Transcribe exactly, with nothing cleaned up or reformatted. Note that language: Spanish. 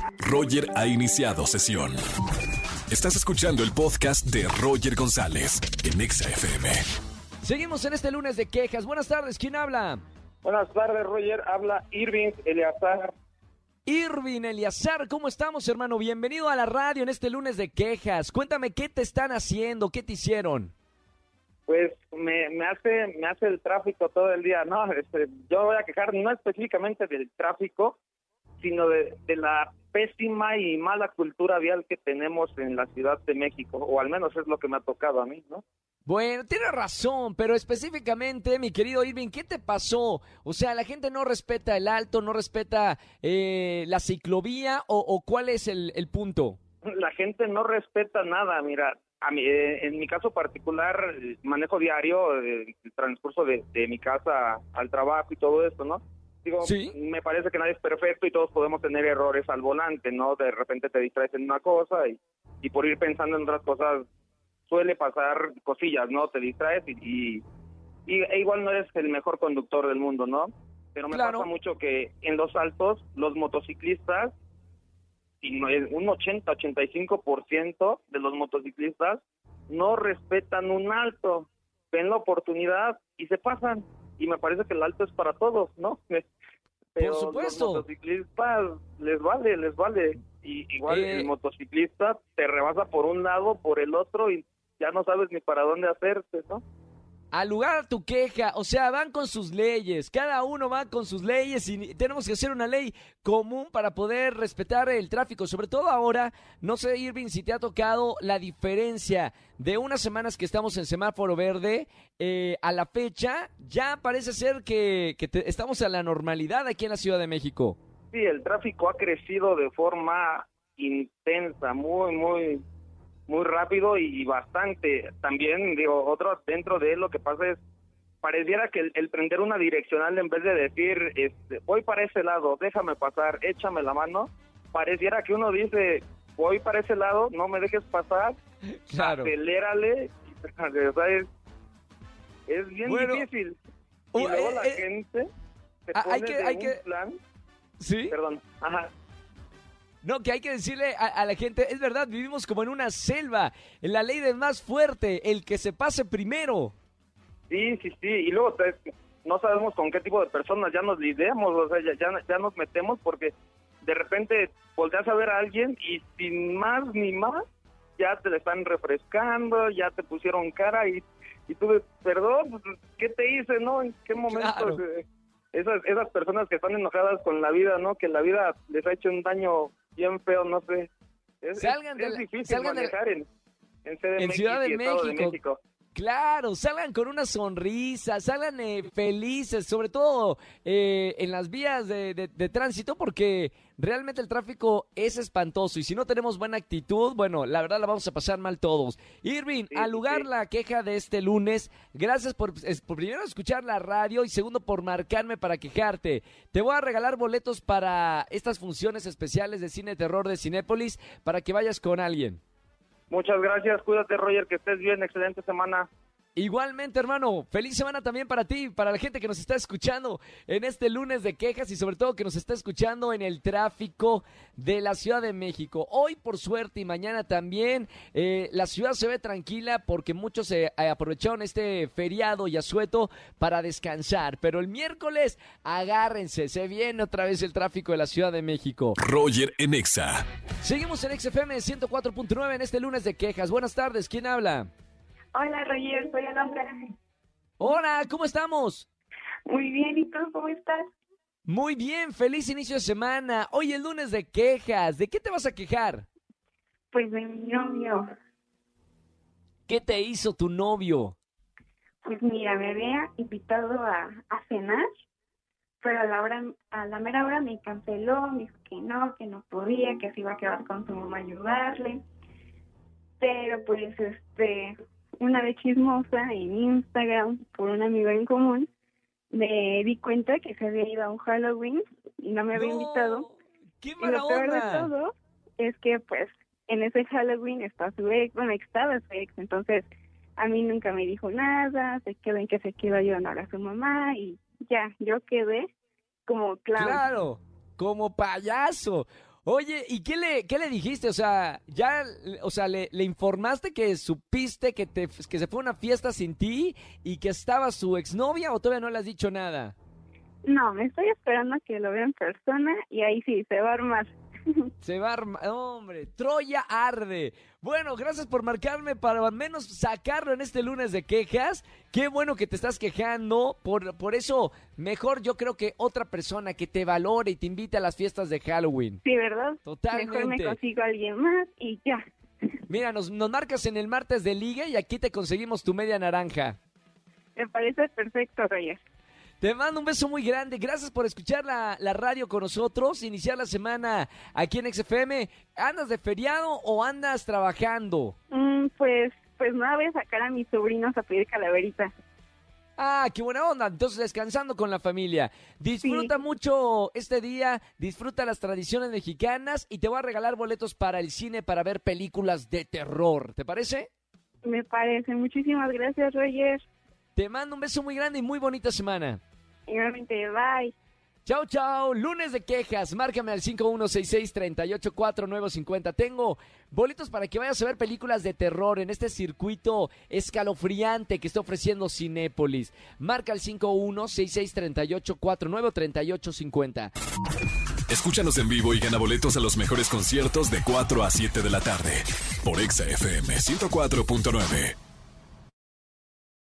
Roger ha iniciado sesión. Estás escuchando el podcast de Roger González en Exa F M. Seguimos en este lunes de quejas. Buenas tardes, ¿quién habla? Buenas tardes, Roger. Habla Irving Eleazar. Irving Eleazar, ¿cómo estamos, hermano? Bienvenido a la radio en este lunes de quejas. Cuéntame, ¿qué te están haciendo? ¿Qué te hicieron? Pues me, me hace me hace el tráfico todo el día. No, este, yo voy a quejar no específicamente del tráfico, sino de, de la pésima y mala cultura vial que tenemos en la Ciudad de México, o al menos es lo que me ha tocado a mí, ¿no? Bueno, tienes razón, pero específicamente, mi querido Irving, ¿qué te pasó? O sea, ¿la gente no respeta el alto, no respeta eh, la ciclovía o, o cuál es el, el punto? La gente no respeta nada, mira, a mí, eh, en mi caso particular, manejo diario eh, el transcurso de, de mi casa al trabajo y todo esto, ¿no? Digo, ¿Sí? Me parece que nadie es perfecto y todos podemos tener errores al volante, ¿no? De repente te distraes en una cosa y, y por ir pensando en otras cosas suele pasar cosillas, ¿no? Te distraes y, y, y e igual no eres el mejor conductor del mundo, ¿no? Pero me Claro. pasa mucho que en los altos los motociclistas, y no, un ochenta, ochenta y cinco por ciento de los motociclistas no respetan un alto, ven la oportunidad y se pasan. Y me parece que el alto es para todos, ¿no? Pero Por supuesto. los motociclistas les vale, les vale. Y igual Eh... el motociclista te rebasa por un lado, por el otro y ya no sabes ni para dónde hacerte, ¿no? Al lugar a tu queja, o sea, van con sus leyes, cada uno va con sus leyes y tenemos que hacer una ley común para poder respetar el tráfico, sobre todo ahora, no sé, Irving, si te ha tocado la diferencia de unas semanas que estamos en semáforo verde eh, a la fecha, ya parece ser que, que te, estamos a la normalidad aquí en la Ciudad de México. Sí, el tráfico ha crecido de forma intensa, muy, muy... muy rápido y bastante. También, digo, otro dentro de él lo que pasa es, pareciera que el, el prender una direccional en vez de decir, este, voy para ese lado, déjame pasar, échame la mano, pareciera que uno dice, voy para ese lado, no me dejes pasar, Claro. acelérale, o sea, es, es bien Bueno, difícil. Y uh, luego eh, la eh, gente se ah, pone hay que- de hay un que- plan, ¿Sí? perdón, ajá, No, que hay que decirle a, a la gente, es verdad, vivimos como en una selva, en la ley del más fuerte, el que se pase primero. sí, sí, sí, y luego te- no sabemos con qué tipo de personas ya nos lidiamos, o sea, ya, ya, ya nos metemos porque de repente volteas a ver a alguien y sin más ni más, ya te le están refrescando, ya te pusieron cara y, y tú, perdón, pues, ¿qué te hice, no? ¿En qué momento? Claro. eh, Esas, esas personas que están enojadas con la vida, ¿no? Que la vida les ha hecho un daño bien feo, no sé. Es, Salgan es, de es la- difícil salgan de la- manejar en, en C D M X En Ciudad de y Estado de México. México. Claro, salgan con una sonrisa, salgan eh, felices, sobre todo eh, en las vías de, de- de tránsito, porque realmente el tráfico es espantoso y si no tenemos buena actitud, bueno, la verdad la vamos a pasar mal todos. Irving, Sí, al sí, lugar sí. la queja de este lunes, gracias por, es- por primero escuchar la radio y segundo por marcarme para quejarte. Te voy a regalar boletos para estas funciones especiales de cine terror de Cinépolis para que vayas con alguien. Muchas gracias, cuídate, Roger, que estés bien, excelente semana. Igualmente, hermano, feliz semana también para ti, para la gente que nos está escuchando en este lunes de quejas y sobre todo que nos está escuchando en el tráfico de la Ciudad de México. Hoy, por suerte, y mañana también, eh, la ciudad se ve tranquila porque muchos se eh, aprovecharon este feriado y asueto para descansar. Pero el miércoles, agárrense, se viene otra vez el tráfico de la Ciudad de México. Roger en Exa. Seguimos en X F M ciento cuatro punto nueve en este lunes de quejas. Buenas tardes, ¿quién habla? Hola, Roger, soy Alondra. Hola, ¿cómo estamos? Muy bien, ¿y tú cómo estás? Muy bien, feliz inicio de semana. Hoy el lunes de quejas. ¿De qué te vas a quejar? Pues de mi novio. ¿Qué te hizo tu novio? Pues mira, me había invitado a, a cenar, pero a la hora, a la mera hora me canceló, me dijo que no, que no podía, que se iba a quedar con su mamá a ayudarle. Pero pues, este, una vez chismosa en Instagram, por un amigo en común, me di cuenta que se había ido a un Halloween y no me había No, invitado. ¡Qué Y mala lo peor de onda! todo es que, pues, en ese Halloween está su ex, bueno, estaba su ex, entonces a mí nunca me dijo nada, se quedó en que se quedó ayudando a su mamá y ya, yo quedé como clown. Claro, como payaso. Oye, ¿y qué le, qué le dijiste? O sea, ya, o sea, le, le informaste que supiste que, te, que se fue a una fiesta sin ti y que estaba su exnovia o todavía no le has dicho nada? No, me estoy esperando a que lo vea en persona y ahí sí, se va a armar. Se va a armar, hombre, Troya arde. Bueno, gracias por marcarme para al menos sacarlo en este lunes de quejas. Qué bueno que te estás quejando, por, por eso mejor yo creo que otra persona que te valore y te invite a las fiestas de Halloween. Sí, ¿verdad? Totalmente. Mejor me consigo a alguien más y ya. Mira, nos, nos marcas en el martes de liga y aquí te conseguimos tu media naranja. Me parece perfecto, Roger. Te mando un beso muy grande. Gracias por escuchar la, la radio con nosotros. Iniciar la semana aquí en X F M. ¿Andas de feriado o andas trabajando? Mm, pues, pues nada, voy a sacar a mis sobrinos a pedir calaverita. Ah, qué buena onda. Entonces, descansando con la familia. Disfruta Sí. mucho este día. Disfruta las tradiciones mexicanas. Y te voy a regalar boletos para el cine para ver películas de terror. ¿Te parece? Me parece. Muchísimas gracias, Roger. Te mando un beso muy grande y muy bonita semana. Igualmente, bye. Chao, chao. Lunes de quejas. Márcame al cinco uno seis seis, tres ocho cuatro, nueve cinco cero. Tengo boletos para que vayas a ver películas de terror en este circuito escalofriante que está ofreciendo Cinépolis. Marca al cinco uno seis seis, tres ocho cuatro nueve, tres ocho cinco cero. Escúchanos en vivo y gana boletos a los mejores conciertos de cuatro a siete de la tarde por Exa F M ciento cuatro punto nueve.